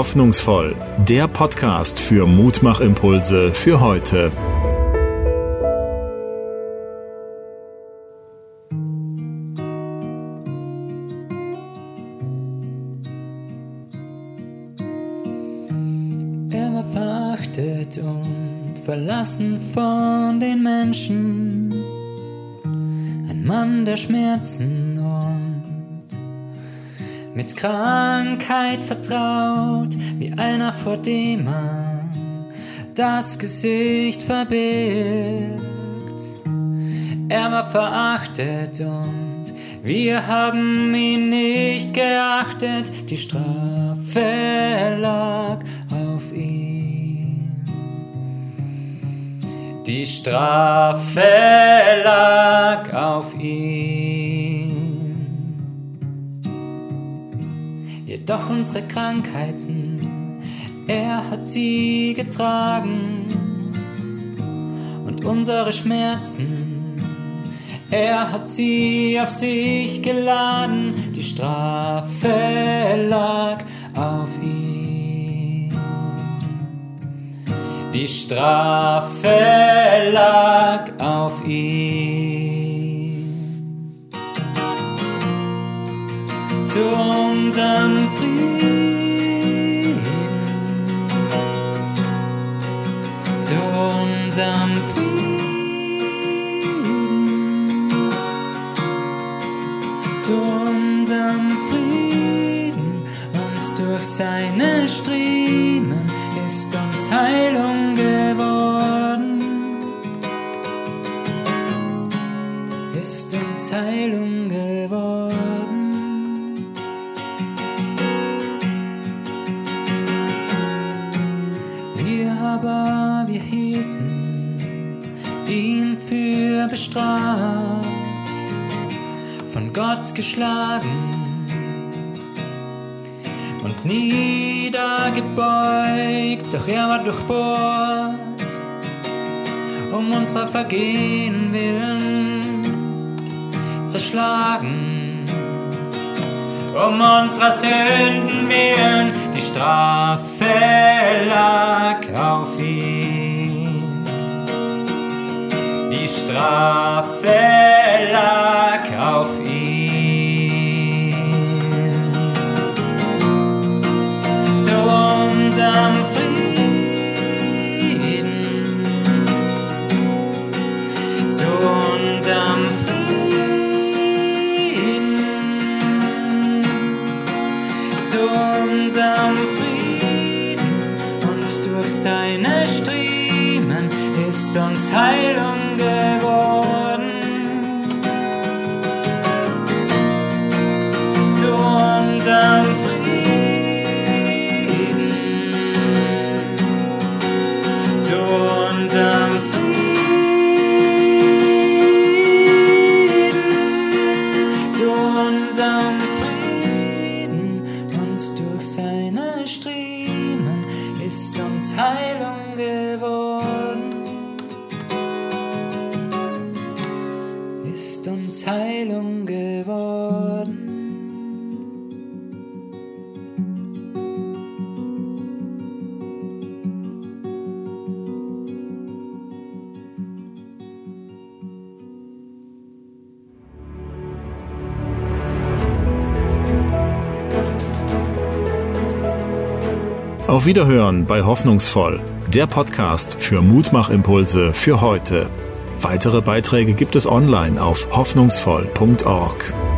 Hoffnungsvoll, der Podcast für Mutmachimpulse für heute. Er war verachtet und verlassen von den Menschen, ein Mann der Schmerzen und mit Krankheit vertraut, wie einer, vor dem man das Gesicht verbirgt. Er war verachtet und wir haben ihn nicht geachtet, die Strafe lag auf ihm. Die Strafe lag auf ihm. Jedoch unsere Krankheiten, er hat sie getragen, und unsere Schmerzen, er hat sie auf sich geladen. Die Strafe lag auf ihm. Die Strafe lag auf ihm. Zu unserem Frieden, zu unserem Frieden, zu unserem Frieden, und durch seine Striemen ist uns Heilung geworden, ist uns Heilung geworden. Aber wir hielten ihn für bestraft, von Gott geschlagen und niedergebeugt, doch er war durchbohrt, um unserer Vergehen willen, zerschlagen, um unserer Sünden willen. Die Strafe lag auf ihm. Die Strafe lag auf ihm. Zu unserem Frieden, zu unserem Frieden, zu unserem Frieden, und durch seine Striemen ist uns Heilung geworden. Zu unserem Frieden, zu unserem Frieden, zu unserem Frieden, und durch seine Striemen ist uns Heilung geworden, ist uns Heilung geworden. Auf Wiederhören bei Hoffnungsvoll, der Podcast für Mutmachimpulse für heute. Weitere Beiträge gibt es online auf hoffnungsvoll.org.